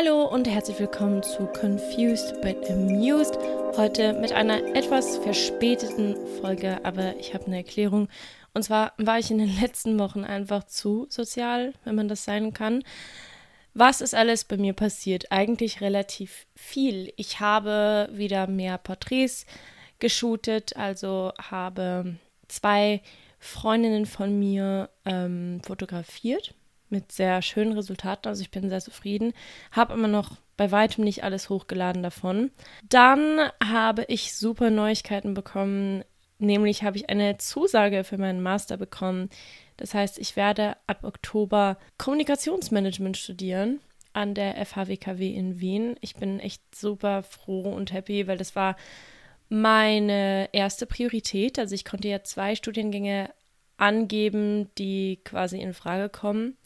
Hallo und herzlich willkommen zu Confused but Amused. Heute mit einer etwas verspäteten Folge, aber ich habe eine Erklärung. Und zwar war ich in den letzten Wochen einfach zu sozial, wenn man das sein kann. Was ist alles bei mir passiert? Eigentlich relativ viel. Ich habe wieder mehr Porträts geshootet, also habe 2 Freundinnen von mir fotografiert mit sehr schönen Resultaten. Also ich bin sehr zufrieden, habe immer noch bei weitem nicht alles hochgeladen davon. Dann habe ich super Neuigkeiten bekommen, nämlich habe ich eine Zusage für meinen Master bekommen. Das heißt, ich werde ab Oktober Kommunikationsmanagement studieren an der FHWKW in Wien. Ich bin echt super froh und happy, weil das war meine erste Priorität. Also ich konnte ja 2 Studiengänge angeben, die quasi in Frage kommen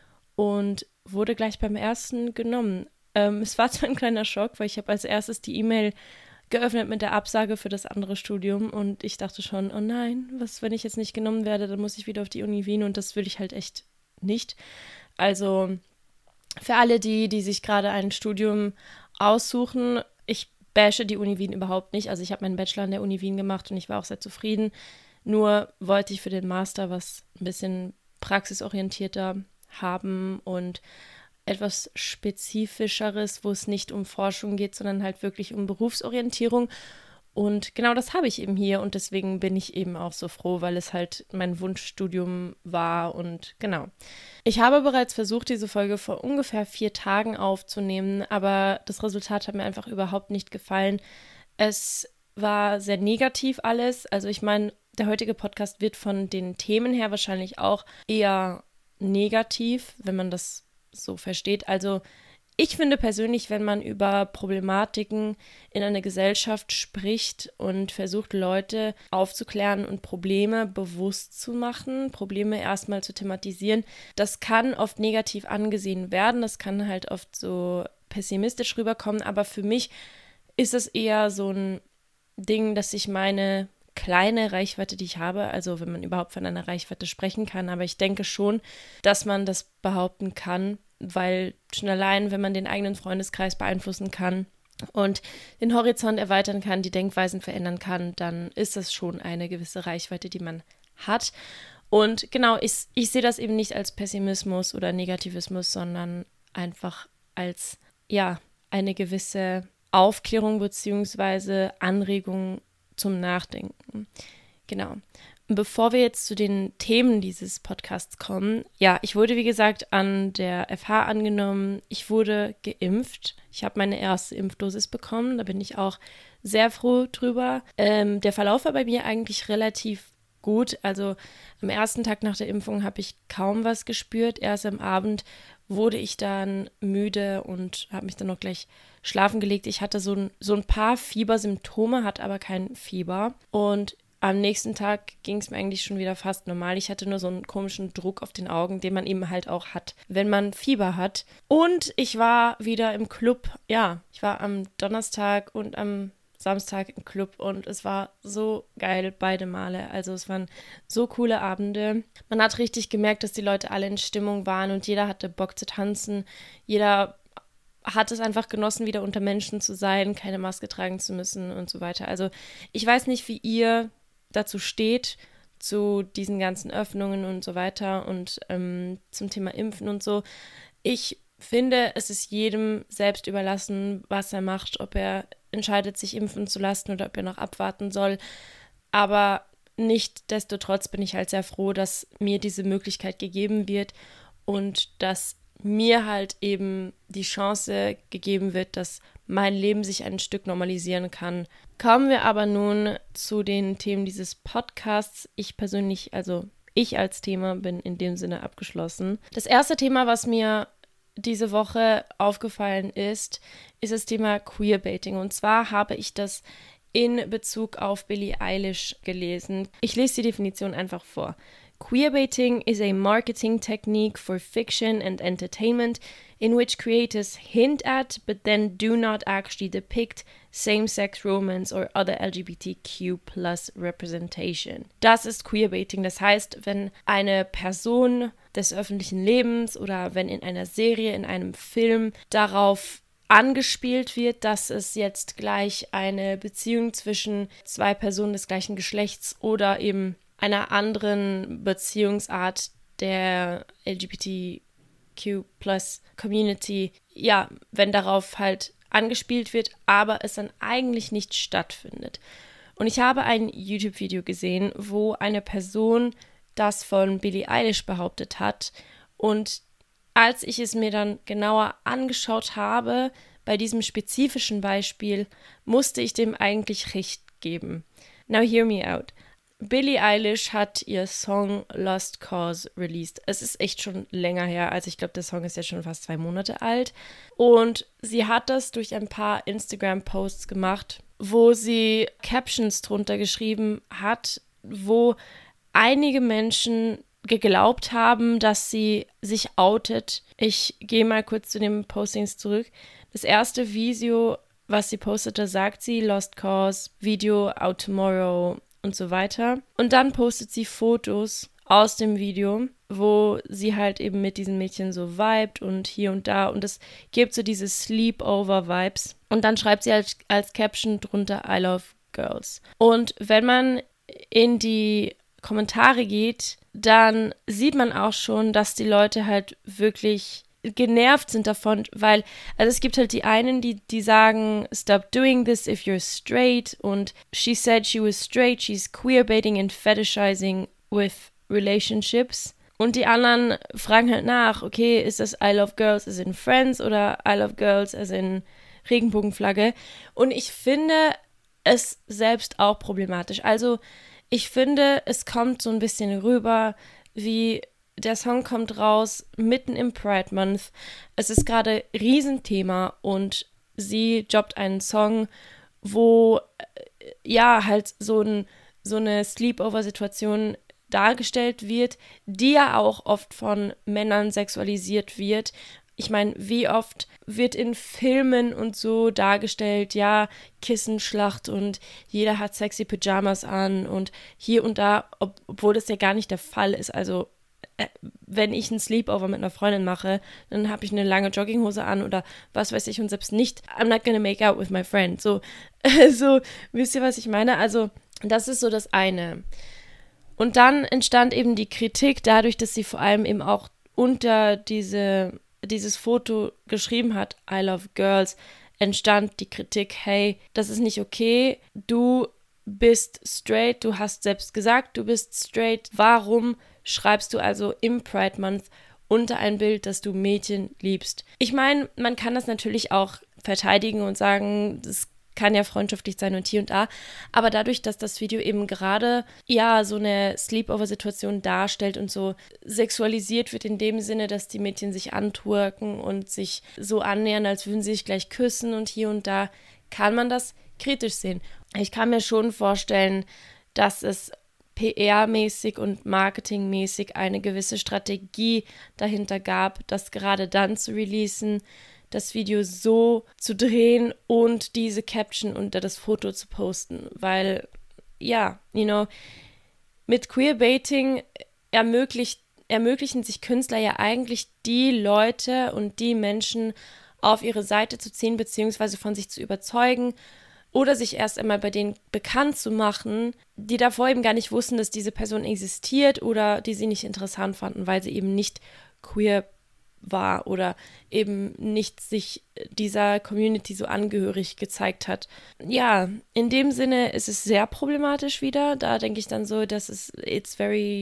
und wurde gleich beim ersten genommen. Es war zwar ein kleiner Schock, weil ich habe als erstes die E-Mail geöffnet mit der Absage für das andere Studium und ich dachte schon, oh nein, was, wenn ich jetzt nicht genommen werde, dann muss ich wieder auf die Uni Wien und das will ich halt echt nicht. Also für alle die sich gerade ein Studium aussuchen, ich bashe die Uni Wien überhaupt nicht. Also ich habe meinen Bachelor an der Uni Wien gemacht und ich war auch sehr zufrieden. Nur wollte ich für den Master was ein bisschen praxisorientierter haben und etwas Spezifischeres, wo es nicht um Forschung geht, sondern halt wirklich um Berufsorientierung. Und genau das habe ich eben hier und deswegen bin ich eben auch so froh, weil es halt mein Wunschstudium war und genau. Ich habe bereits versucht, diese Folge vor ungefähr 4 Tagen aufzunehmen, aber das Resultat hat mir einfach überhaupt nicht gefallen. Es war sehr negativ alles. Also ich meine, der heutige Podcast wird von den Themen her wahrscheinlich auch eher negativ, wenn man das so versteht. Also ich finde persönlich, wenn man über Problematiken in einer Gesellschaft spricht und versucht, Leute aufzuklären und Probleme bewusst zu machen, Probleme erstmal zu thematisieren, das kann oft negativ angesehen werden, das kann halt oft so pessimistisch rüberkommen, aber für mich ist es eher so ein Ding, dass ich meine kleine Reichweite, die ich habe, also wenn man überhaupt von einer Reichweite sprechen kann, aber ich denke schon, dass man das behaupten kann, weil schon allein, wenn man den eigenen Freundeskreis beeinflussen kann und den Horizont erweitern kann, die Denkweisen verändern kann, dann ist das schon eine gewisse Reichweite, die man hat. Und genau, ich sehe das eben nicht als Pessimismus oder Negativismus, sondern einfach als, ja, eine gewisse Aufklärung bzw. Anregung zum Nachdenken. Genau. Bevor wir jetzt zu den Themen dieses Podcasts kommen, ja, ich wurde wie gesagt an der FH angenommen, ich wurde geimpft, ich habe meine erste Impfdosis bekommen, da bin ich auch sehr froh drüber. Der Verlauf war bei mir eigentlich relativ gut, also am ersten Tag nach der Impfung habe ich kaum was gespürt, erst am Abend wurde ich dann müde und habe mich dann noch gleich schlafen gelegt. Ich hatte so ein paar Fiebersymptome, hatte aber kein Fieber und am nächsten Tag ging es mir eigentlich schon wieder fast normal. Ich hatte nur so einen komischen Druck auf den Augen, den man eben halt auch hat, wenn man Fieber hat. Und ich war wieder im Club. Ja, ich war am Donnerstag und am Samstag im Club und es war so geil, beide Male. Also es waren so coole Abende. Man hat richtig gemerkt, dass die Leute alle in Stimmung waren und jeder hatte Bock zu tanzen. Jeder hat es einfach genossen, wieder unter Menschen zu sein, keine Maske tragen zu müssen und so weiter. Also ich weiß nicht, wie ihr dazu steht, zu diesen ganzen Öffnungen und so weiter und zum Thema Impfen und so. Ich finde, es ist jedem selbst überlassen, was er macht, ob er entscheidet, sich impfen zu lassen oder ob er noch abwarten soll. Aber nichtsdestotrotz bin ich halt sehr froh, dass mir diese Möglichkeit gegeben wird und dass mir halt eben die Chance gegeben wird, dass mein Leben sich ein Stück normalisieren kann. Kommen wir aber nun zu den Themen dieses Podcasts. Ich persönlich, also ich als Thema bin in dem Sinne abgeschlossen. Das erste Thema, was mir diese Woche aufgefallen ist das Thema Queerbaiting. Und zwar habe ich das in Bezug auf Billie Eilish gelesen. Ich lese die Definition einfach vor. Queerbaiting is a marketing technique for fiction and entertainment in which creators hint at but then do not actually depict same-sex romance or other LGBTQ+ representation. Das ist Queerbaiting. Das heißt, wenn eine Person des öffentlichen Lebens oder wenn in einer Serie, in einem Film darauf angespielt wird, dass es jetzt gleich eine Beziehung zwischen zwei Personen des gleichen Geschlechts oder eben einer anderen Beziehungsart der LGBTQ+Community, ja, wenn darauf halt angespielt wird, aber es dann eigentlich nicht stattfindet. Und ich habe ein YouTube-Video gesehen, wo eine Person das von Billie Eilish behauptet hat. Und als ich es mir dann genauer angeschaut habe, bei diesem spezifischen Beispiel, musste ich dem eigentlich Recht geben. Now hear me out. Billie Eilish hat ihr Song Lost Cause released. Es ist echt schon länger her, also ich glaube, der Song ist jetzt schon fast 2 Monate alt. Und sie hat das durch ein paar Instagram-Posts gemacht, wo sie Captions drunter geschrieben hat, wo einige Menschen geglaubt haben, dass sie sich outet. Ich gehe mal kurz zu den Postings zurück. Das erste Video, was sie postete, sagt sie Lost Cause, Video, Out Tomorrow und so weiter. Und dann postet sie Fotos aus dem Video, wo sie halt eben mit diesem Mädchen so vibet und hier und da. Und es gibt so diese Sleepover-Vibes. Und dann schreibt sie als Caption drunter I love girls. Und wenn man in die Kommentare geht, dann sieht man auch schon, dass die Leute halt wirklich genervt sind davon, weil, also es gibt halt die einen, die sagen, stop doing this if you're straight, und she said she was straight, she's queerbaiting and fetishizing with relationships, und die anderen fragen halt nach, okay, ist das I love girls as in Friends oder I love girls as in Regenbogenflagge, und ich finde es selbst auch problematisch. Also ich finde, es kommt so ein bisschen rüber, wie der Song kommt raus mitten im Pride Month. Es ist gerade Riesenthema und sie droppt einen Song, wo ja halt so eine Sleepover-Situation dargestellt wird, die ja auch oft von Männern sexualisiert wird. Ich meine, wie oft wird in Filmen und so dargestellt, ja, Kissenschlacht und jeder hat sexy Pyjamas an und hier und da, obwohl das ja gar nicht der Fall ist. Also wenn ich einen Sleepover mit einer Freundin mache, dann habe ich eine lange Jogginghose an oder was weiß ich, und selbst nicht, I'm not gonna make out with my friend. So, wisst ihr, was ich meine? Also das ist so das eine. Und dann entstand eben die Kritik dadurch, dass sie vor allem eben auch unter dieses Foto geschrieben hat, I love girls, entstand die Kritik, hey, das ist nicht okay, du bist straight, du hast selbst gesagt, du bist straight, warum schreibst du also im Pride Month unter ein Bild, dass du Mädchen liebst? Ich meine, man kann das natürlich auch verteidigen und sagen, das kann ja freundschaftlich sein und hier und da, aber dadurch, dass das Video eben gerade, ja, so eine Sleepover-Situation darstellt und so sexualisiert wird in dem Sinne, dass die Mädchen sich antwerken und sich so annähern, als würden sie sich gleich küssen und hier und da, kann man das kritisch sehen. Ich kann mir schon vorstellen, dass es PR-mäßig und marketingmäßig eine gewisse Strategie dahinter gab, das gerade dann zu releasen, das Video so zu drehen und diese Caption unter das Foto zu posten, weil, ja, mit Queerbaiting ermöglichen sich Künstler ja eigentlich die Leute und die Menschen auf ihre Seite zu ziehen, beziehungsweise von sich zu überzeugen oder sich erst einmal bei denen bekannt zu machen, die davor eben gar nicht wussten, dass diese Person existiert oder die sie nicht interessant fanden, weil sie eben nicht queer war oder eben nicht sich dieser Community so angehörig gezeigt hat. Ja, in dem Sinne ist es sehr problematisch wieder. Da denke ich dann so, it's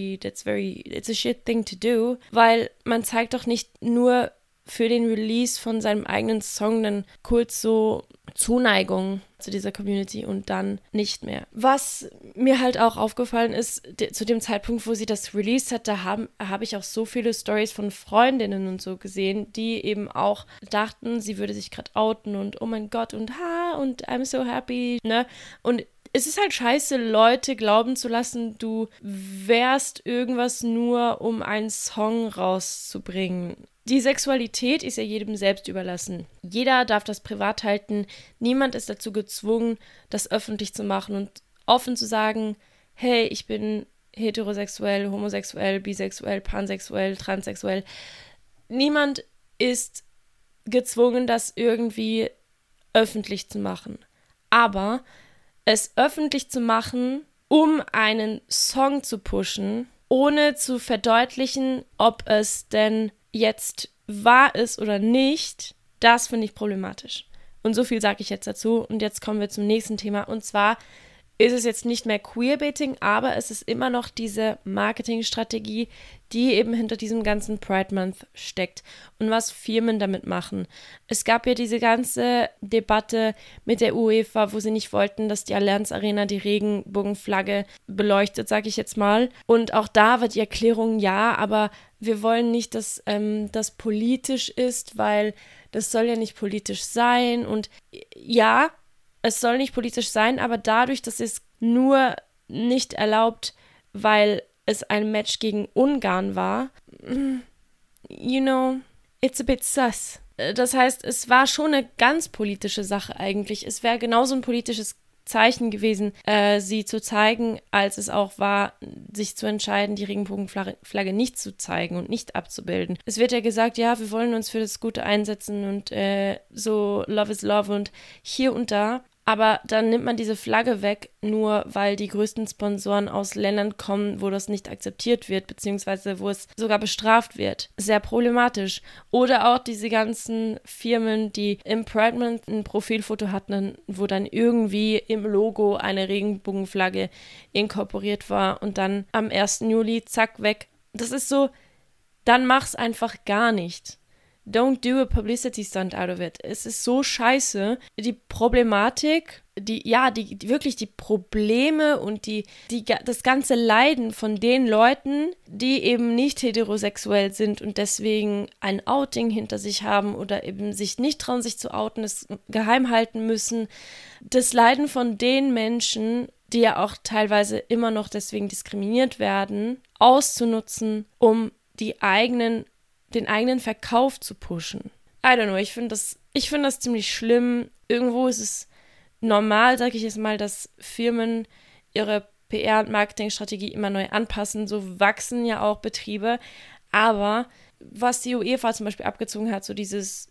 a shit thing to do, weil man zeigt doch nicht nur für den Release von seinem eigenen Song dann kurz so Zuneigung zu dieser Community und dann nicht mehr. Was mir halt auch aufgefallen ist, zu dem Zeitpunkt, wo sie das released hat, da habe ich auch so viele Stories von Freundinnen und so gesehen, die eben auch dachten, sie würde sich gerade outen und oh mein Gott und und I'm so happy, ne? Und es ist halt scheiße, Leute glauben zu lassen, du wärst irgendwas nur, um einen Song rauszubringen. Die Sexualität ist ja jedem selbst überlassen. Jeder darf das privat halten. Niemand ist dazu gezwungen, das öffentlich zu machen und offen zu sagen, hey, ich bin heterosexuell, homosexuell, bisexuell, pansexuell, transsexuell. Niemand ist gezwungen, das irgendwie öffentlich zu machen. Aber es öffentlich zu machen, um einen Song zu pushen, ohne zu verdeutlichen, ob es denn jetzt wahr ist oder nicht, das finde ich problematisch. Und so viel sage ich jetzt dazu. Und jetzt kommen wir zum nächsten Thema. Und zwar ist es jetzt nicht mehr Queerbaiting, aber es ist immer noch diese Marketingstrategie, die eben hinter diesem ganzen Pride Month steckt und was Firmen damit machen. Es gab ja diese ganze Debatte mit der UEFA, wo sie nicht wollten, dass die Allianz Arena die Regenbogenflagge beleuchtet, sage ich jetzt mal. Und auch da war die Erklärung, ja, aber wir wollen nicht, dass das politisch ist, weil das soll ja nicht politisch sein. Und ja, es soll nicht politisch sein, aber dadurch, dass es nur nicht erlaubt, weil es ein Match gegen Ungarn war, it's a bit sus. Das heißt, es war schon eine ganz politische Sache eigentlich. Es wäre genauso ein politisches Zeichen gewesen, sie zu zeigen, als es auch war, sich zu entscheiden, die Regenbogenflagge nicht zu zeigen und nicht abzubilden. Es wird ja gesagt, ja, wir wollen uns für das Gute einsetzen und so Love is Love und hier und da. Aber dann nimmt man diese Flagge weg, nur weil die größten Sponsoren aus Ländern kommen, wo das nicht akzeptiert wird, beziehungsweise wo es sogar bestraft wird. Sehr problematisch. Oder auch diese ganzen Firmen, die im Pride Month ein Profilfoto hatten, wo dann irgendwie im Logo eine Regenbogenflagge inkorporiert war und dann am 1. Juli, zack, weg. Das ist so, dann mach's einfach gar nicht. Don't do a publicity stunt out of it. Es ist so scheiße. Die Problematik, wirklich die Probleme und das ganze Leiden von den Leuten, die eben nicht heterosexuell sind und deswegen ein Outing hinter sich haben oder eben sich nicht trauen, sich zu outen, es geheim halten müssen. Das Leiden von den Menschen, die ja auch teilweise immer noch deswegen diskriminiert werden, auszunutzen, um den eigenen Verkauf zu pushen. I don't know, ich finde das ziemlich schlimm. Irgendwo ist es normal, sage ich jetzt mal, dass Firmen ihre PR- und Marketingstrategie immer neu anpassen. So wachsen ja auch Betriebe. Aber was die UEFA zum Beispiel abgezogen hat, so dieses,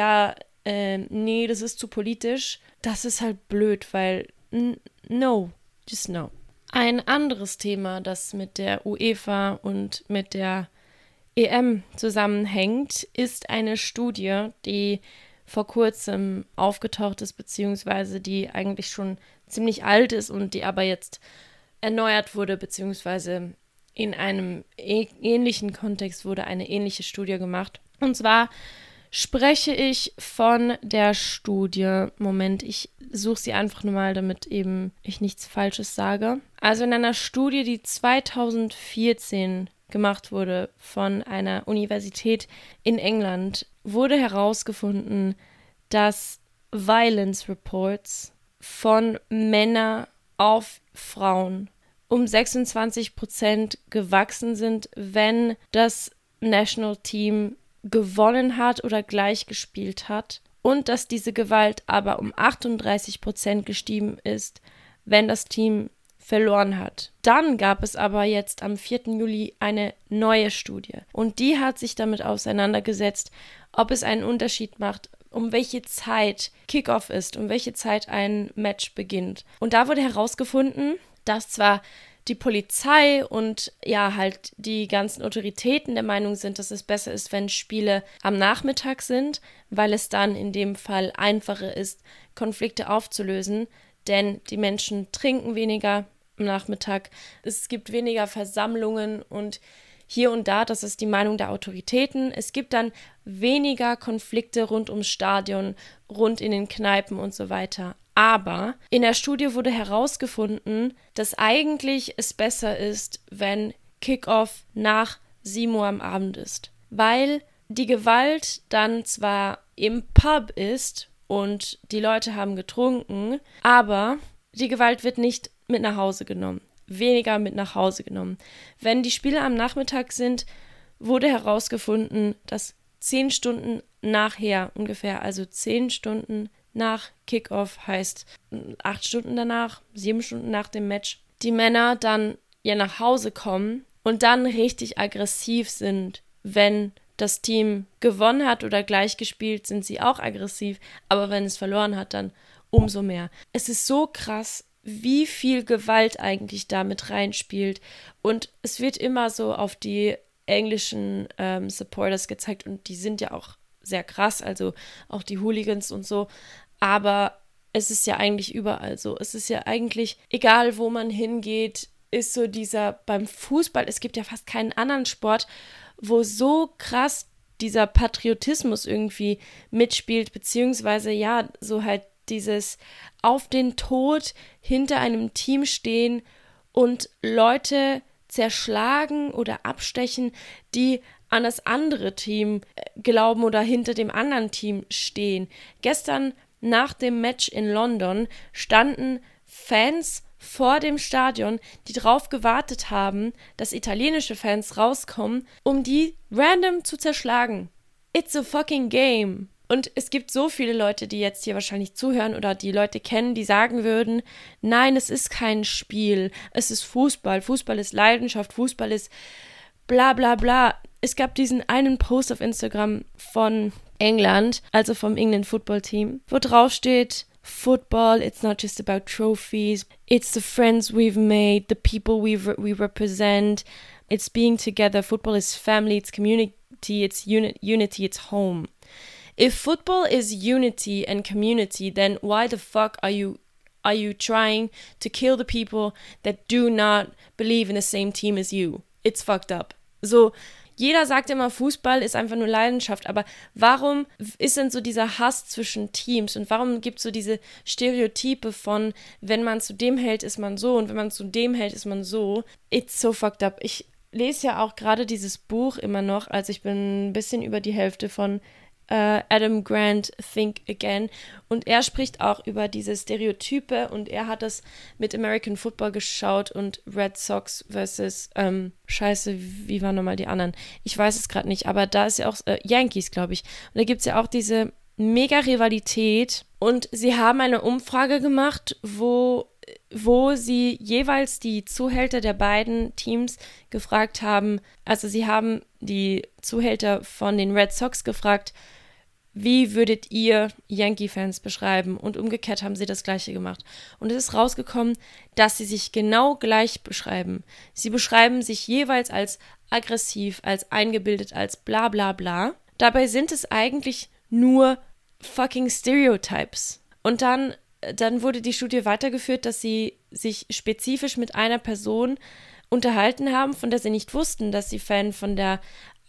nee, das ist zu politisch, das ist halt blöd, weil no, just no. Ein anderes Thema, das mit der UEFA und mit der EM zusammenhängt, ist eine Studie, die vor kurzem aufgetaucht ist, beziehungsweise die eigentlich schon ziemlich alt ist und die aber jetzt erneuert wurde, beziehungsweise in einem ähnlichen Kontext wurde eine ähnliche Studie gemacht. Und zwar spreche ich von der Studie, Moment, ich suche sie einfach nur mal, damit eben ich nichts Falsches sage. Also in einer Studie, die 2014 gemacht wurde von einer Universität in England, wurde herausgefunden, dass Violence Reports von Männern auf Frauen um 26% gewachsen sind, wenn das National Team gewonnen hat oder gleich gespielt hat, und dass diese Gewalt aber um 38% gestiegen ist, wenn das Team verloren hat. Dann gab es aber jetzt am 4. Juli eine neue Studie und die hat sich damit auseinandergesetzt, ob es einen Unterschied macht, um welche Zeit Kickoff ist, um welche Zeit ein Match beginnt. Und da wurde herausgefunden, dass zwar die Polizei und halt die ganzen Autoritäten der Meinung sind, dass es besser ist, wenn Spiele am Nachmittag sind, weil es dann in dem Fall einfacher ist, Konflikte aufzulösen, denn die Menschen trinken weniger am Nachmittag, es gibt weniger Versammlungen und hier und da, das ist die Meinung der Autoritäten, es gibt dann weniger Konflikte rund ums Stadion, rund in den Kneipen und so weiter. Aber in der Studie wurde herausgefunden, dass eigentlich es besser ist, wenn Kickoff nach 7 Uhr am Abend ist, weil die Gewalt dann zwar im Pub ist und die Leute haben getrunken, aber die Gewalt wird nicht mit nach Hause genommen, weniger mit nach Hause genommen. Wenn die Spiele am Nachmittag sind, wurde herausgefunden, dass 10 Stunden nachher ungefähr, also 10 Stunden nach Kickoff heißt 8 Stunden danach, 7 Stunden nach dem Match, die Männer dann ja nach Hause kommen und dann richtig aggressiv sind, wenn das Team gewonnen hat oder gleich gespielt, sind sie auch aggressiv, aber wenn es verloren hat, dann umso mehr. Es ist so krass, wie viel Gewalt eigentlich da mit reinspielt und es wird immer so auf die englischen Supporters gezeigt und die sind ja auch sehr krass, also auch die Hooligans und so, aber es ist ja eigentlich überall so. Es ist ja eigentlich, egal wo man hingeht, ist so dieser, beim Fußball, es gibt ja fast keinen anderen Sport, wo so krass dieser Patriotismus irgendwie mitspielt, beziehungsweise ja, so halt dieses auf den Tod hinter einem Team stehen und Leute zerschlagen oder abstechen, die an das andere Team glauben oder hinter dem anderen Team stehen. Gestern nach dem Match in London standen Fans vor dem Stadion, die drauf gewartet haben, dass italienische Fans rauskommen, um die random zu zerschlagen. It's a fucking game. Und es gibt so viele Leute, die jetzt hier wahrscheinlich zuhören oder die Leute kennen, die sagen würden, nein, es ist kein Spiel, es ist Fußball, Fußball ist Leidenschaft, Fußball ist bla bla bla. Es gab diesen einen Post auf Instagram von England, also vom England Football Team, wo drauf steht, Football, it's not just about trophies, it's the friends we've made, the people we represent, it's being together, football is family, it's community, it's unity, it's home. If football is unity and community, then why the fuck are you trying to kill the people that do not believe in the same team as you? It's fucked up. So, jeder sagt immer, Fußball ist einfach nur Leidenschaft, aber warum ist denn so dieser Hass zwischen Teams und warum gibt es so diese Stereotype von, wenn man zu dem hält, ist man so und wenn man zu dem hält, ist man so? It's so fucked up. Ich lese ja auch gerade dieses Buch immer noch, also ich bin ein bisschen über die Hälfte von Adam Grant, Think Again, und er spricht auch über diese Stereotype und er hat das mit American Football geschaut und Red Sox versus wie waren nochmal die anderen? Ich weiß es gerade nicht, aber da ist ja auch Yankees, glaube ich. Und da gibt es ja auch diese Mega-Rivalität und sie haben eine Umfrage gemacht, wo sie jeweils die Zuhälter der beiden Teams gefragt haben, also sie haben die Zuhälter von den Red Sox gefragt, wie würdet ihr Yankee-Fans beschreiben? Und umgekehrt haben sie das Gleiche gemacht. Und es ist rausgekommen, dass sie sich genau gleich beschreiben. Sie beschreiben sich jeweils als aggressiv, als eingebildet, als bla bla bla. Dabei sind es eigentlich nur fucking Stereotypes. Und dann wurde die Studie weitergeführt, dass sie sich spezifisch mit einer Person unterhalten haben, von der sie nicht wussten, dass sie Fan von dem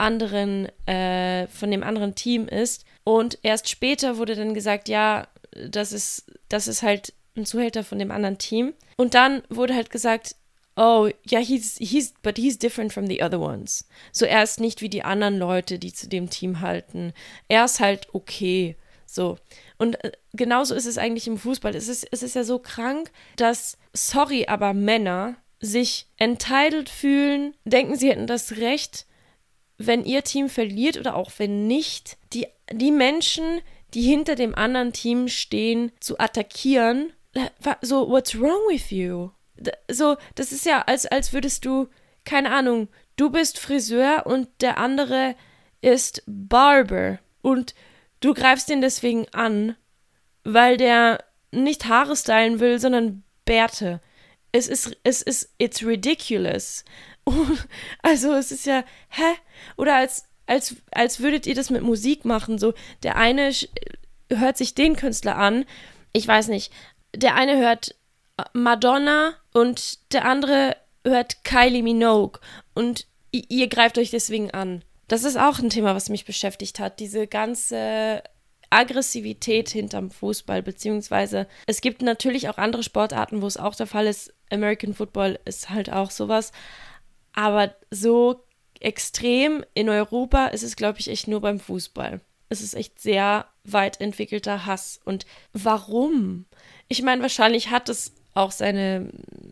anderen Team ist. Und erst später wurde dann gesagt, ja, das ist halt ein Zuhälter von dem anderen Team. Und dann wurde halt gesagt, oh, ja, he's different from the other ones. So, er ist nicht wie die anderen Leute, die zu dem Team halten. Er ist halt okay. So. Und genauso ist es eigentlich im Fußball. Es ist ja so krank, dass, sorry, aber Männer sich entitled fühlen, denken, sie hätten das Recht, wenn ihr Team verliert oder auch wenn nicht, die Menschen, die hinter dem anderen Team stehen, zu attackieren. So, what's wrong with you? So, das ist ja, als würdest du, keine Ahnung, du bist Friseur und der andere ist Barber und du greifst ihn deswegen an, weil der nicht Haare stylen will, sondern Bärte. It's ridiculous. Also es ist ja, Oder als würdet ihr das mit Musik machen, so, der eine hört sich den Künstler an, ich weiß nicht, der eine hört Madonna und der andere hört Kylie Minogue und ihr greift euch deswegen an. Das ist auch ein Thema, was mich beschäftigt hat, diese ganze Aggressivität hinterm Fußball, beziehungsweise es gibt natürlich auch andere Sportarten, wo es auch der Fall ist. American Football ist halt auch sowas, aber so extrem in Europa ist es, glaube ich, echt nur beim Fußball. Es ist echt sehr weit entwickelter Hass. Und warum? Ich meine, wahrscheinlich hat es auch seine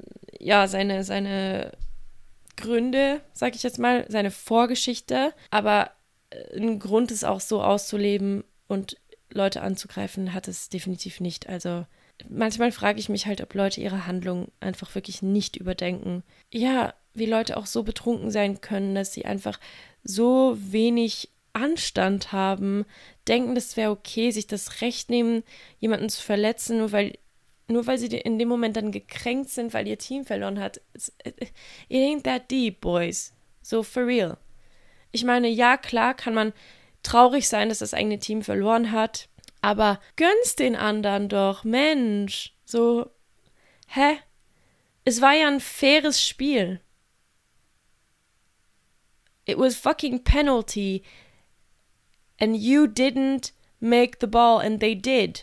Gründe, sag ich jetzt mal, seine Vorgeschichte, aber ein Grund ist auch so auszuleben und Leute anzugreifen, hat es definitiv nicht. Also manchmal frage ich mich halt, ob Leute ihre Handlungen einfach wirklich nicht überdenken. Ja, wie Leute auch so betrunken sein können, dass sie einfach so wenig Anstand haben, denken, das wäre okay, sich das Recht nehmen, jemanden zu verletzen, nur weil sie in dem Moment dann gekränkt sind, weil ihr Team verloren hat. It ain't that deep, boys. So for real. Ich meine, ja, klar kann man traurig sein, dass das eigene Team verloren hat, aber gönn's den anderen doch, Mensch. So, Es war ja ein faires Spiel. It was fucking penalty and you didn't make the ball and they did.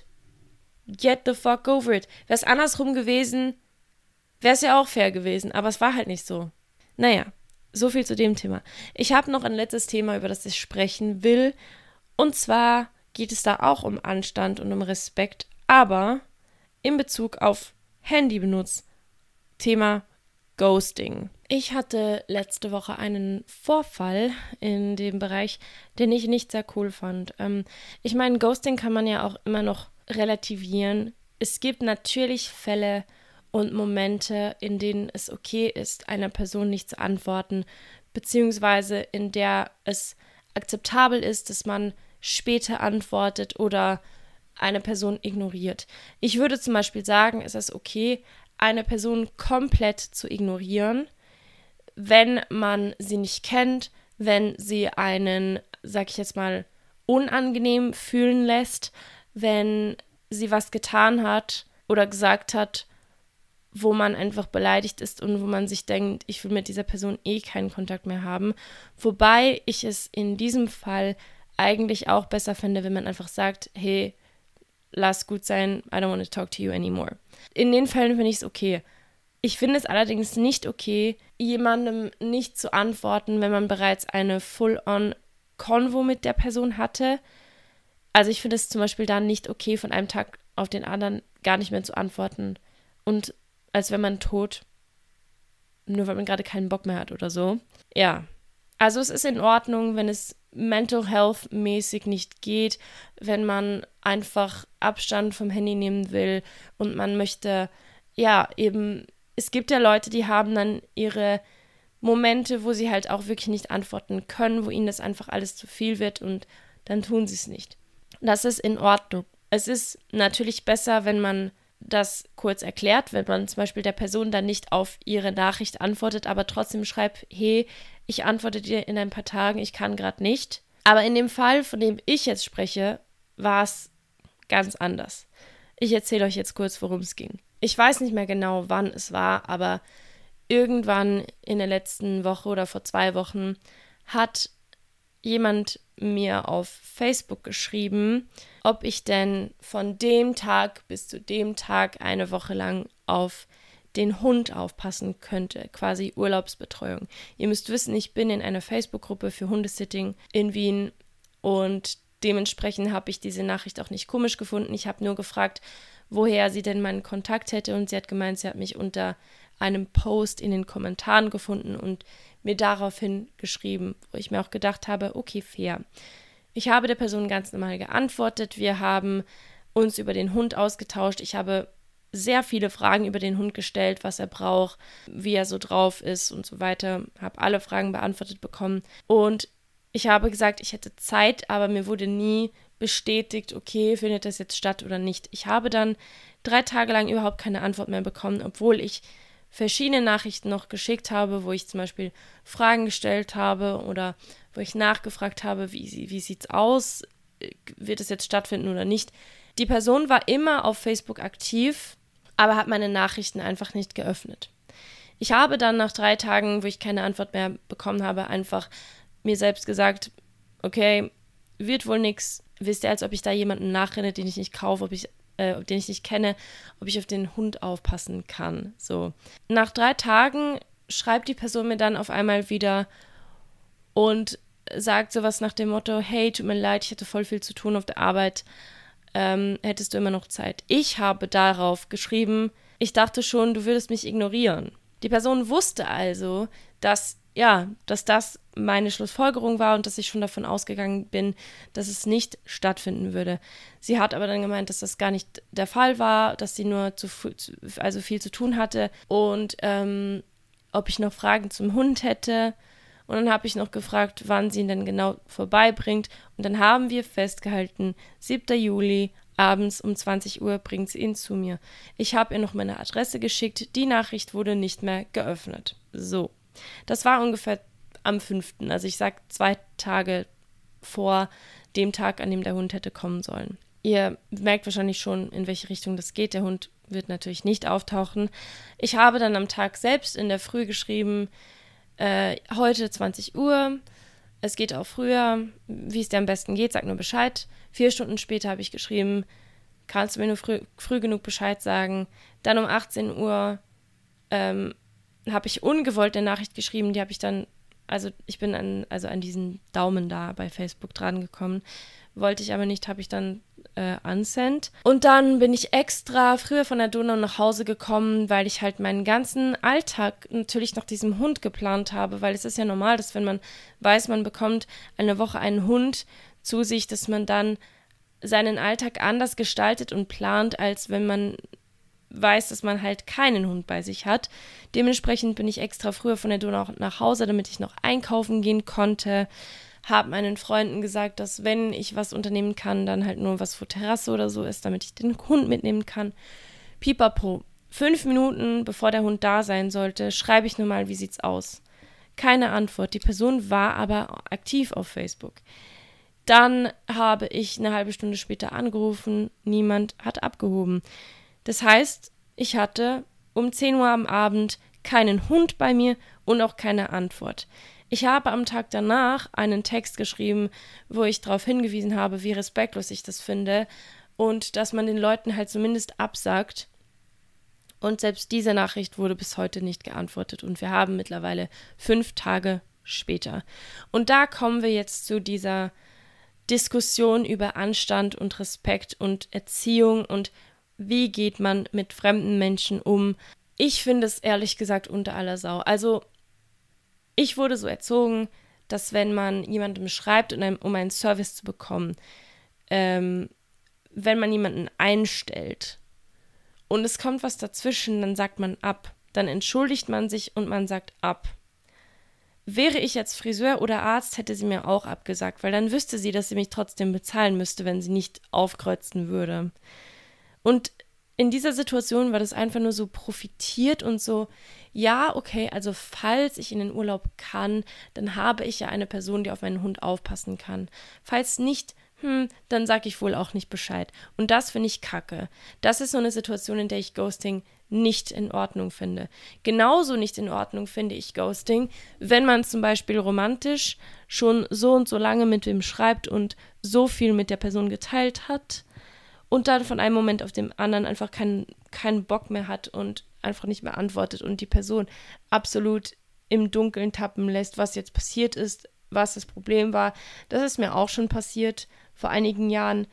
Get the fuck over it. Wäre es andersrum gewesen, wäre es ja auch fair gewesen, aber es war halt nicht so. Naja, so viel zu dem Thema. Ich habe noch ein letztes Thema, über das ich sprechen will, und zwar geht es da auch um Anstand und um Respekt, aber in Bezug auf Handybenutz, Thema Ghosting. Ich hatte letzte Woche einen Vorfall in dem Bereich, den ich nicht sehr cool fand. Ich meine, Ghosting kann man ja auch immer noch relativieren. Es gibt natürlich Fälle und Momente, in denen es okay ist, einer Person nicht zu antworten, beziehungsweise in der es akzeptabel ist, dass man später antwortet oder eine Person ignoriert. Ich würde zum Beispiel sagen, es ist okay, eine Person komplett zu ignorieren, wenn man sie nicht kennt, wenn sie einen, sag ich jetzt mal, unangenehm fühlen lässt, wenn sie was getan hat oder gesagt hat, wo man einfach beleidigt ist und wo man sich denkt, ich will mit dieser Person keinen Kontakt mehr haben. Wobei ich es in diesem Fall eigentlich auch besser finde, wenn man einfach sagt, hey, lass gut sein, I don't want to talk to you anymore. In den Fällen finde ich es okay. Ich finde es allerdings nicht okay, jemandem nicht zu antworten, wenn man bereits eine Full-on-Convo mit der Person hatte. Also ich finde es zum Beispiel dann nicht okay, von einem Tag auf den anderen gar nicht mehr zu antworten. Und als wäre man tot, nur weil man gerade keinen Bock mehr hat oder so. Ja, also es ist in Ordnung, wenn es Mental Health mäßig nicht geht, wenn man einfach Abstand vom Handy nehmen will und man möchte, ja, eben, es gibt ja Leute, die haben dann ihre Momente, wo sie halt auch wirklich nicht antworten können, wo ihnen das einfach alles zu viel wird und dann tun sie es nicht. Das ist in Ordnung. Es ist natürlich besser, wenn man das kurz erklärt, wenn man zum Beispiel der Person dann nicht auf ihre Nachricht antwortet, aber trotzdem schreibt, hey, ich antworte dir in ein paar Tagen, ich kann gerade nicht. Aber in dem Fall, von dem ich jetzt spreche, war es ganz anders. Ich erzähle euch jetzt kurz, worum es ging. Ich weiß nicht mehr genau, wann es war, aber irgendwann in der letzten Woche oder vor 2 Wochen hat jemand mir auf Facebook geschrieben, ob ich denn von dem Tag bis zu dem Tag eine Woche lang auf den Hund aufpassen könnte, quasi Urlaubsbetreuung. Ihr müsst wissen, ich bin in einer Facebook-Gruppe für Hundesitting in Wien und dementsprechend habe ich diese Nachricht auch nicht komisch gefunden. Ich habe nur gefragt, woher sie denn meinen Kontakt hätte und sie hat gemeint, sie hat mich unter einem Post in den Kommentaren gefunden und mir daraufhin geschrieben, wo ich mir auch gedacht habe, okay, fair. Ich habe der Person ganz normal geantwortet, wir haben uns über den Hund ausgetauscht, ich habe sehr viele Fragen über den Hund gestellt, was er braucht, wie er so drauf ist und so weiter, habe alle Fragen beantwortet bekommen und ich habe gesagt, ich hätte Zeit, aber mir wurde nie bestätigt, okay, findet das jetzt statt oder nicht. Ich habe dann 3 Tage lang überhaupt keine Antwort mehr bekommen, obwohl ich verschiedene Nachrichten noch geschickt habe, wo ich zum Beispiel Fragen gestellt habe oder wo ich nachgefragt habe, wie sieht's aus, wird es jetzt stattfinden oder nicht. Die Person war immer auf Facebook aktiv, aber hat meine Nachrichten einfach nicht geöffnet. Ich habe dann nach 3 Tagen, wo ich keine Antwort mehr bekommen habe, einfach mir selbst gesagt, okay, wird wohl nix. Wisst ihr, als ob ich da jemanden nachrenne, den ich nicht kaufe, den ich nicht kenne, ob ich auf den Hund aufpassen kann. So. Nach 3 Tagen schreibt die Person mir dann auf einmal wieder und sagt sowas nach dem Motto, hey, tut mir leid, ich hatte voll viel zu tun auf der Arbeit, hättest du immer noch Zeit. Ich habe darauf geschrieben, ich dachte schon, du würdest mich ignorieren. Die Person wusste also, dass dass das meine Schlussfolgerung war und dass ich schon davon ausgegangen bin, dass es nicht stattfinden würde. Sie hat aber dann gemeint, dass das gar nicht der Fall war, dass sie nur viel zu tun hatte und ob ich noch Fragen zum Hund hätte. Und dann habe ich noch gefragt, wann sie ihn denn genau vorbeibringt. Und dann haben wir festgehalten, 7. Juli, abends um 20 Uhr bringt sie ihn zu mir. Ich habe ihr noch meine Adresse geschickt, die Nachricht wurde nicht mehr geöffnet. So, das war ungefähr am 5., also ich sag 2 Tage vor dem Tag, an dem der Hund hätte kommen sollen. Ihr merkt wahrscheinlich schon, in welche Richtung das geht. Der Hund wird natürlich nicht auftauchen. Ich habe dann am Tag selbst in der Früh geschrieben, heute 20 Uhr, es geht auch früher, wie es dir am besten geht, sag nur Bescheid. 4 Stunden später habe ich geschrieben, kannst du mir nur früh genug Bescheid sagen. Dann um 18 Uhr habe ich ungewollt eine Nachricht geschrieben, die habe ich dann, also ich bin an diesen Daumen da bei Facebook dran gekommen, wollte ich aber nicht, habe ich dann unsent. Und dann bin ich extra früher von der Donau nach Hause gekommen, weil ich halt meinen ganzen Alltag natürlich nach diesem Hund geplant habe, weil es ist ja normal, dass wenn man weiß, man bekommt eine Woche einen Hund zu sich, dass man dann seinen Alltag anders gestaltet und plant, als wenn man weiß, dass man halt keinen Hund bei sich hat. Dementsprechend bin ich extra früher von der Donau nach Hause, damit ich noch einkaufen gehen konnte. Habe meinen Freunden gesagt, dass wenn ich was unternehmen kann, dann halt nur was vor Terrasse oder so ist, damit ich den Hund mitnehmen kann. Pipapo. 5 Minuten, bevor der Hund da sein sollte, schreibe ich nur mal, wie sieht's aus? Keine Antwort. Die Person war aber aktiv auf Facebook. Dann habe ich eine halbe Stunde später angerufen, niemand hat abgehoben. Das heißt, ich hatte um 10 Uhr am Abend keinen Hund bei mir und auch keine Antwort. Ich habe am Tag danach einen Text geschrieben, wo ich darauf hingewiesen habe, wie respektlos ich das finde und dass man den Leuten halt zumindest absagt. Und selbst diese Nachricht wurde bis heute nicht geantwortet und wir haben mittlerweile 5 Tage später. Und da kommen wir jetzt zu dieser Diskussion über Anstand und Respekt und Erziehung und wie geht man mit fremden Menschen um. Ich finde es ehrlich gesagt unter aller Sau. Also ich wurde so erzogen, dass wenn man jemandem schreibt, um einen Service zu bekommen, wenn man jemanden einstellt und es kommt was dazwischen, dann sagt man ab. Dann entschuldigt man sich und man sagt ab. Wäre ich jetzt Friseur oder Arzt, hätte sie mir auch abgesagt, weil dann wüsste sie, dass sie mich trotzdem bezahlen müsste, wenn sie nicht aufkreuzen würde. Und in dieser Situation war das einfach nur so profitiert und so, ja, okay, also falls ich in den Urlaub kann, dann habe ich ja eine Person, die auf meinen Hund aufpassen kann. Falls nicht, dann sage ich wohl auch nicht Bescheid. Und das finde ich kacke. Das ist so eine Situation, in der ich Ghosting nicht in Ordnung finde. Genauso nicht in Ordnung finde ich Ghosting, wenn man zum Beispiel romantisch schon so und so lange mit wem schreibt und so viel mit der Person geteilt hat und dann von einem Moment auf den anderen einfach keinen Bock mehr hat und einfach nicht mehr antwortet und die Person absolut im Dunkeln tappen lässt, was jetzt passiert ist, was das Problem war. Das ist mir auch schon passiert vor einigen Jahren,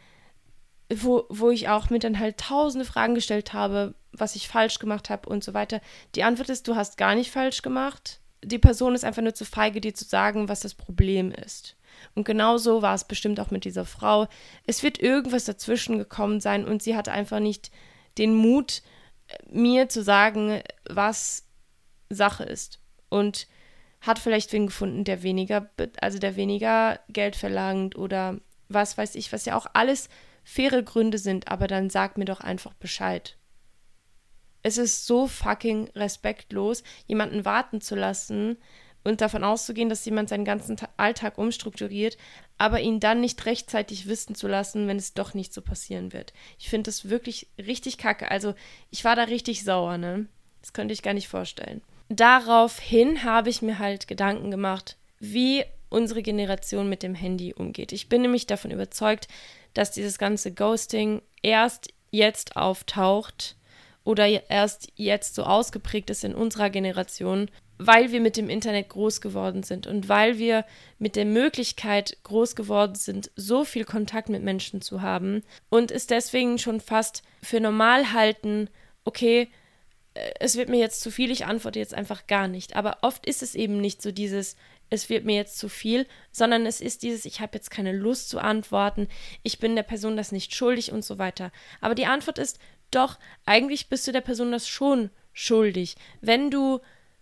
wo ich auch mir dann halt tausende Fragen gestellt habe, was ich falsch gemacht habe und so weiter. Die Antwort ist, du hast gar nicht falsch gemacht. Die Person ist einfach nur zu feige, dir zu sagen, was das Problem ist. Und genauso war es bestimmt auch mit dieser Frau. Es wird irgendwas dazwischen gekommen sein und sie hatte einfach nicht den Mut, mir zu sagen, was Sache ist. Und hat vielleicht wen gefunden, der weniger Geld verlangt oder was weiß ich, was ja auch alles faire Gründe sind, aber dann sag mir doch einfach Bescheid. Es ist so fucking respektlos, jemanden warten zu lassen und davon auszugehen, dass jemand seinen ganzen Alltag umstrukturiert, aber ihn dann nicht rechtzeitig wissen zu lassen, wenn es doch nicht so passieren wird. Ich finde das wirklich richtig kacke. Also ich war da richtig sauer, ne? Das könnte ich gar nicht vorstellen. Daraufhin habe ich mir halt Gedanken gemacht, wie unsere Generation mit dem Handy umgeht. Ich bin nämlich davon überzeugt, dass dieses ganze Ghosting erst jetzt auftaucht oder erst jetzt so ausgeprägt ist in unserer Generation, weil wir mit dem Internet groß geworden sind und weil wir mit der Möglichkeit groß geworden sind, so viel Kontakt mit Menschen zu haben und es deswegen schon fast für normal halten, okay, es wird mir jetzt zu viel, ich antworte jetzt einfach gar nicht. Aber oft ist es eben nicht so dieses, es wird mir jetzt zu viel, sondern es ist dieses, ich habe jetzt keine Lust zu antworten, ich bin der Person das nicht schuldig und so weiter. Aber die Antwort ist, doch, eigentlich bist du der Person das schon schuldig. Wenn du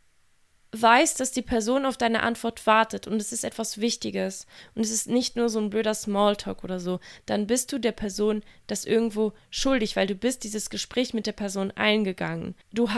weißt, dass die Person auf deine Antwort wartet und es ist etwas Wichtiges und es ist nicht nur so ein blöder Smalltalk oder so, dann bist du der Person das irgendwo schuldig, weil du bist dieses Gespräch mit der Person eingegangen.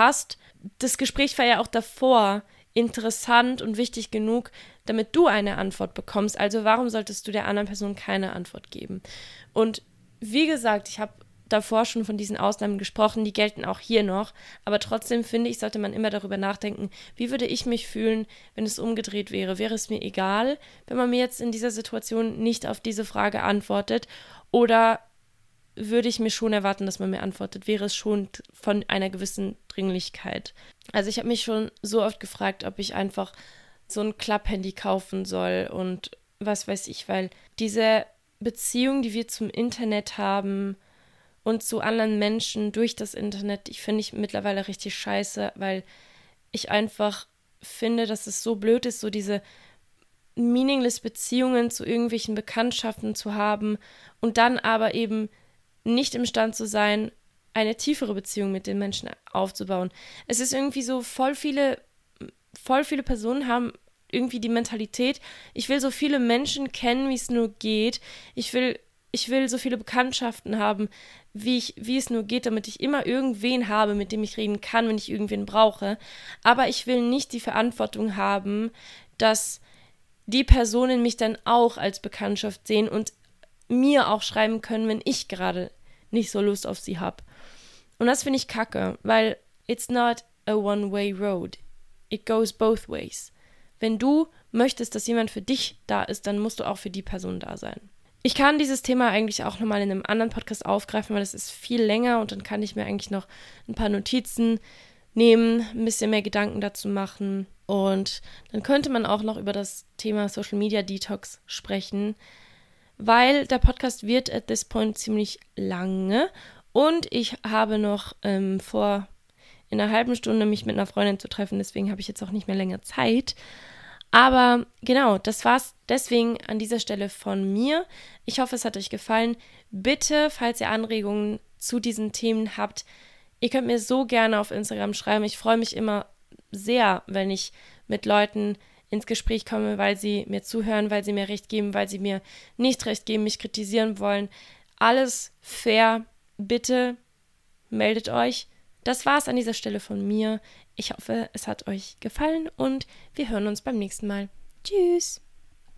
Das Gespräch war ja auch davor interessant und wichtig genug, damit du eine Antwort bekommst. Also warum solltest du der anderen Person keine Antwort geben? Und wie gesagt, ich habe davor schon von diesen Ausnahmen gesprochen, die gelten auch hier noch, aber trotzdem finde ich, sollte man immer darüber nachdenken, wie würde ich mich fühlen, wenn es umgedreht wäre? Wäre es mir egal, wenn man mir jetzt in dieser Situation nicht auf diese Frage antwortet, oder würde ich mir schon erwarten, dass man mir antwortet? Wäre es schon von einer gewissen Dringlichkeit? Also ich habe mich schon so oft gefragt, ob ich einfach so ein Klapphandy kaufen soll und was weiß ich, weil diese Beziehung, die wir zum Internet haben und zu anderen Menschen durch das Internet, finde ich mittlerweile richtig scheiße, weil ich einfach finde, dass es so blöd ist, so diese meaningless Beziehungen zu irgendwelchen Bekanntschaften zu haben und dann aber eben nicht imstande zu sein, eine tiefere Beziehung mit den Menschen aufzubauen. Es ist irgendwie so, voll viele Personen haben irgendwie die Mentalität, ich will so viele Menschen kennen, wie es nur geht. Ich will so viele Bekanntschaften haben, wie es nur geht, damit ich immer irgendwen habe, mit dem ich reden kann, wenn ich irgendwen brauche. Aber ich will nicht die Verantwortung haben, dass die Personen mich dann auch als Bekanntschaft sehen und mir auch schreiben können, wenn ich gerade nicht so Lust auf sie habe. Und das finde ich kacke, weil it's not a one-way road. It goes both ways. Wenn du möchtest, dass jemand für dich da ist, dann musst du auch für die Person da sein. Ich kann dieses Thema eigentlich auch nochmal in einem anderen Podcast aufgreifen, weil das ist viel länger und dann kann ich mir eigentlich noch ein paar Notizen nehmen, ein bisschen mehr Gedanken dazu machen und dann könnte man auch noch über das Thema Social Media Detox sprechen, weil der Podcast wird at this point ziemlich lange und ich habe noch vor, in einer halben Stunde mich mit einer Freundin zu treffen, deswegen habe ich jetzt auch nicht mehr länger Zeit. Aber genau, das war's deswegen an dieser Stelle von mir. Ich hoffe, es hat euch gefallen. Bitte, falls ihr Anregungen zu diesen Themen habt, ihr könnt mir so gerne auf Instagram schreiben. Ich freue mich immer sehr, wenn ich mit Leuten ins Gespräch komme, weil sie mir zuhören, weil sie mir Recht geben, weil sie mir nicht Recht geben, mich kritisieren wollen. Alles fair. Bitte meldet euch. Das war's an dieser Stelle von mir. Ich hoffe, es hat euch gefallen und wir hören uns beim nächsten Mal. Tschüss!